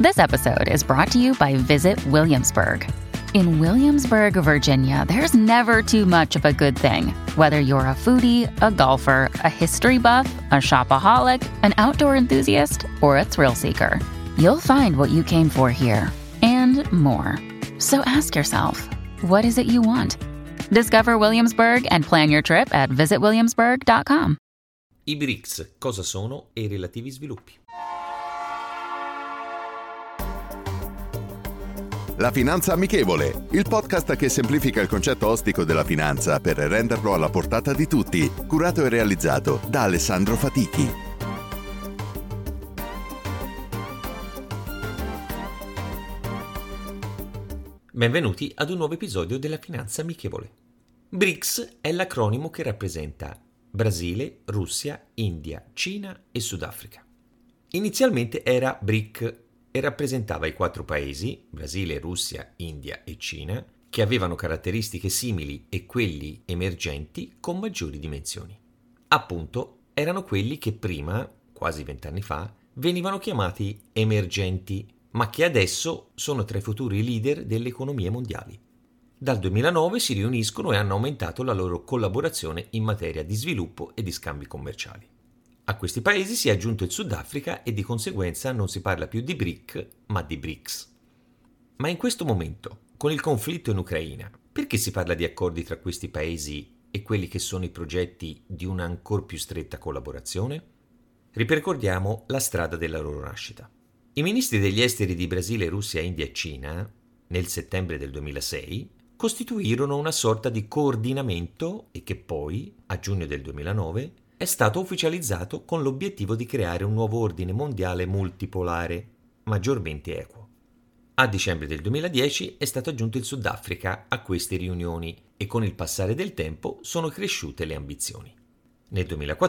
This episode is brought to you by Visit Williamsburg. In Williamsburg, Virginia, there's never too much of a good thing. Whether you're a foodie, a golfer, a history buff, a shopaholic, an outdoor enthusiast, or a thrill seeker, you'll find what you came for here and more. So ask yourself, what is it you want? Discover Williamsburg and plan your trip at visitwilliamsburg.com. I BRICS, cosa sono e i relativi sviluppi. La Finanza Amichevole, il podcast che semplifica il concetto ostico della finanza per renderlo alla portata di tutti, curato e realizzato da Alessandro Fatichi. Benvenuti ad un nuovo episodio della Finanza Amichevole. BRICS è l'acronimo che rappresenta Brasile, Russia, India, Cina e Sudafrica. Inizialmente era BRIC e rappresentava i 4 paesi, Brasile, Russia, India e Cina, che avevano caratteristiche simili e quelli emergenti con maggiori dimensioni. Appunto, erano quelli che prima, quasi 20 anni fa, venivano chiamati emergenti, ma che adesso sono tra i futuri leader delle economie mondiali. Dal 2009 si riuniscono e hanno aumentato la loro collaborazione in materia di sviluppo e di scambi commerciali. A questi paesi si è aggiunto il Sudafrica e di conseguenza non si parla più di BRIC, ma di BRICS. Ma in questo momento, con il conflitto in Ucraina, perché si parla di accordi tra questi paesi e quelli che sono i progetti di una ancor più stretta collaborazione? Ripercordiamo la strada della loro nascita. I ministri degli esteri di Brasile, Russia, India e Cina, nel settembre del 2006, costituirono una sorta di coordinamento e che poi, a giugno del 2009, è stato ufficializzato con l'obiettivo di creare un nuovo ordine mondiale multipolare, maggiormente equo. A dicembre del 2010 è stato aggiunto il Sudafrica a queste riunioni e con il passare del tempo sono cresciute le ambizioni. Nel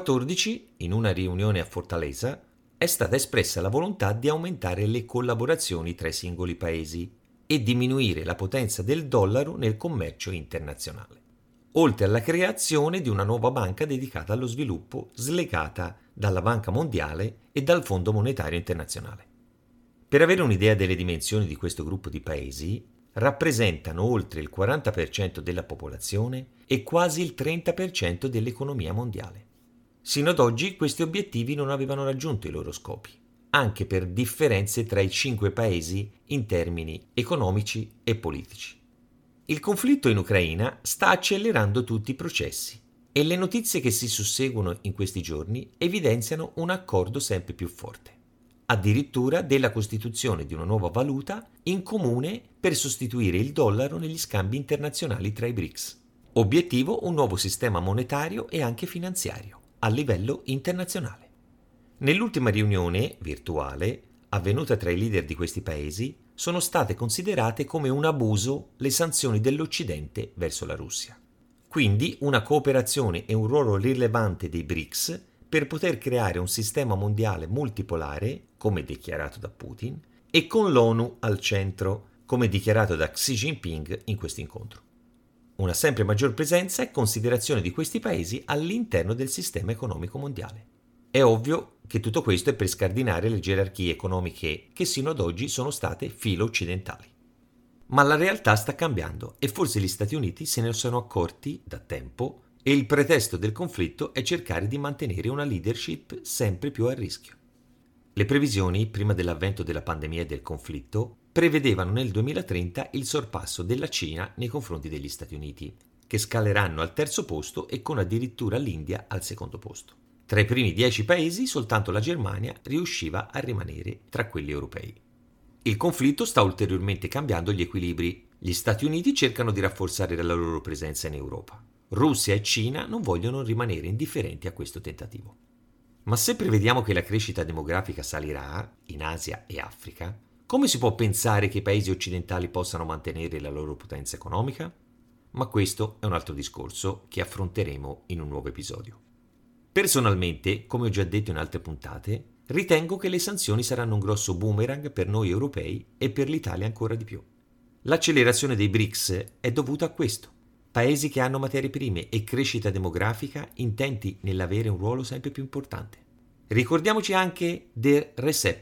2014, in una riunione a Fortaleza, è stata espressa la volontà di aumentare le collaborazioni tra i singoli paesi e diminuire la potenza del dollaro nel commercio internazionale, oltre alla creazione di una nuova banca dedicata allo sviluppo slegata dalla Banca Mondiale e dal Fondo Monetario Internazionale. Per avere un'idea delle dimensioni di questo gruppo di paesi, rappresentano oltre il 40% della popolazione e quasi il 30% dell'economia mondiale. Sino ad oggi questi obiettivi non avevano raggiunto i loro scopi, anche per differenze tra i 5 paesi in termini economici e politici. Il conflitto in Ucraina sta accelerando tutti i processi e le notizie che si susseguono in questi giorni evidenziano un accordo sempre più forte, addirittura della costituzione di una nuova valuta in comune per sostituire il dollaro negli scambi internazionali tra i BRICS. Obiettivo: un nuovo sistema monetario e anche finanziario a livello internazionale. Nell'ultima riunione virtuale avvenuta tra i leader di questi paesi sono state considerate come un abuso le sanzioni dell'Occidente verso la Russia. Quindi una cooperazione e un ruolo rilevante dei BRICS per poter creare un sistema mondiale multipolare, come dichiarato da Putin, e con l'ONU al centro, come dichiarato da Xi Jinping in questo incontro. Una sempre maggior presenza e considerazione di questi paesi all'interno del sistema economico mondiale. È ovvio che tutto questo è per scardinare le gerarchie economiche che sino ad oggi sono state filo-occidentali. Ma la realtà sta cambiando e forse gli Stati Uniti se ne sono accorti da tempo e il pretesto del conflitto è cercare di mantenere una leadership sempre più a rischio. Le previsioni, prima dell'avvento della pandemia e del conflitto, prevedevano nel 2030 il sorpasso della Cina nei confronti degli Stati Uniti, che scaleranno al 3° posto e con addirittura l'India al 2° posto. Tra i primi 10 paesi soltanto la Germania riusciva a rimanere tra quelli europei. Il conflitto sta ulteriormente cambiando gli equilibri. Gli Stati Uniti cercano di rafforzare la loro presenza in Europa. Russia e Cina non vogliono rimanere indifferenti a questo tentativo. Ma se prevediamo che la crescita demografica salirà in Asia e Africa, come si può pensare che i paesi occidentali possano mantenere la loro potenza economica? Ma questo è un altro discorso che affronteremo in un nuovo episodio. Personalmente, come ho già detto in altre puntate, ritengo che le sanzioni saranno un grosso boomerang per noi europei e per l'Italia ancora di più. L'accelerazione dei BRICS è dovuta a questo. Paesi che hanno materie prime e crescita demografica intenti nell'avere un ruolo sempre più importante. Ricordiamoci anche del RCEP,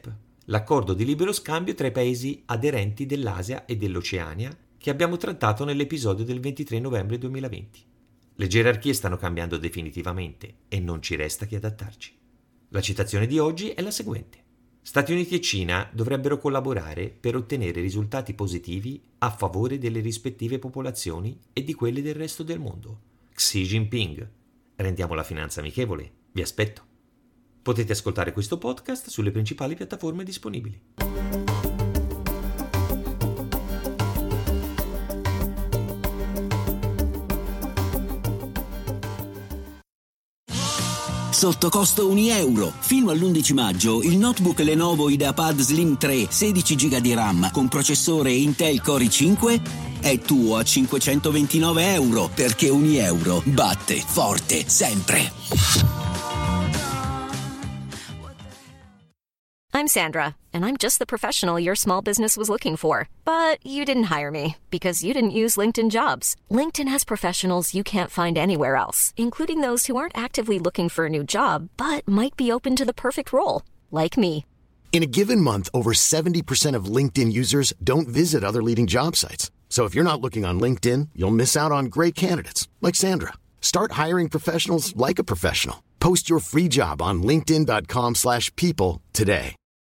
l'accordo di libero scambio tra i paesi aderenti dell'Asia e dell'Oceania che abbiamo trattato nell'episodio del 23 novembre 2020. Le gerarchie stanno cambiando definitivamente e non ci resta che adattarci. La citazione di oggi è la seguente. Stati Uniti e Cina dovrebbero collaborare per ottenere risultati positivi a favore delle rispettive popolazioni e di quelle del resto del mondo. Xi Jinping. Rendiamo la finanza amichevole. Vi aspetto. Potete ascoltare questo podcast sulle principali piattaforme disponibili. Sotto costo €1. Fino all'11 maggio il notebook Lenovo IdeaPad Slim 3 16 GB di RAM con processore Intel Core i5 è tuo a €529 perché €1 batte forte sempre. I'm Sandra, and I'm just the professional your small business was looking for. But you didn't hire me because you didn't use LinkedIn Jobs. LinkedIn has professionals you can't find anywhere else, including those who aren't actively looking for a new job, but might be open to the perfect role, like me. In a given month, over 70% of LinkedIn users don't visit other leading job sites. So if you're not looking on LinkedIn, you'll miss out on great candidates, like Sandra. Start hiring professionals like a professional. Post your free job on linkedin.com/people today.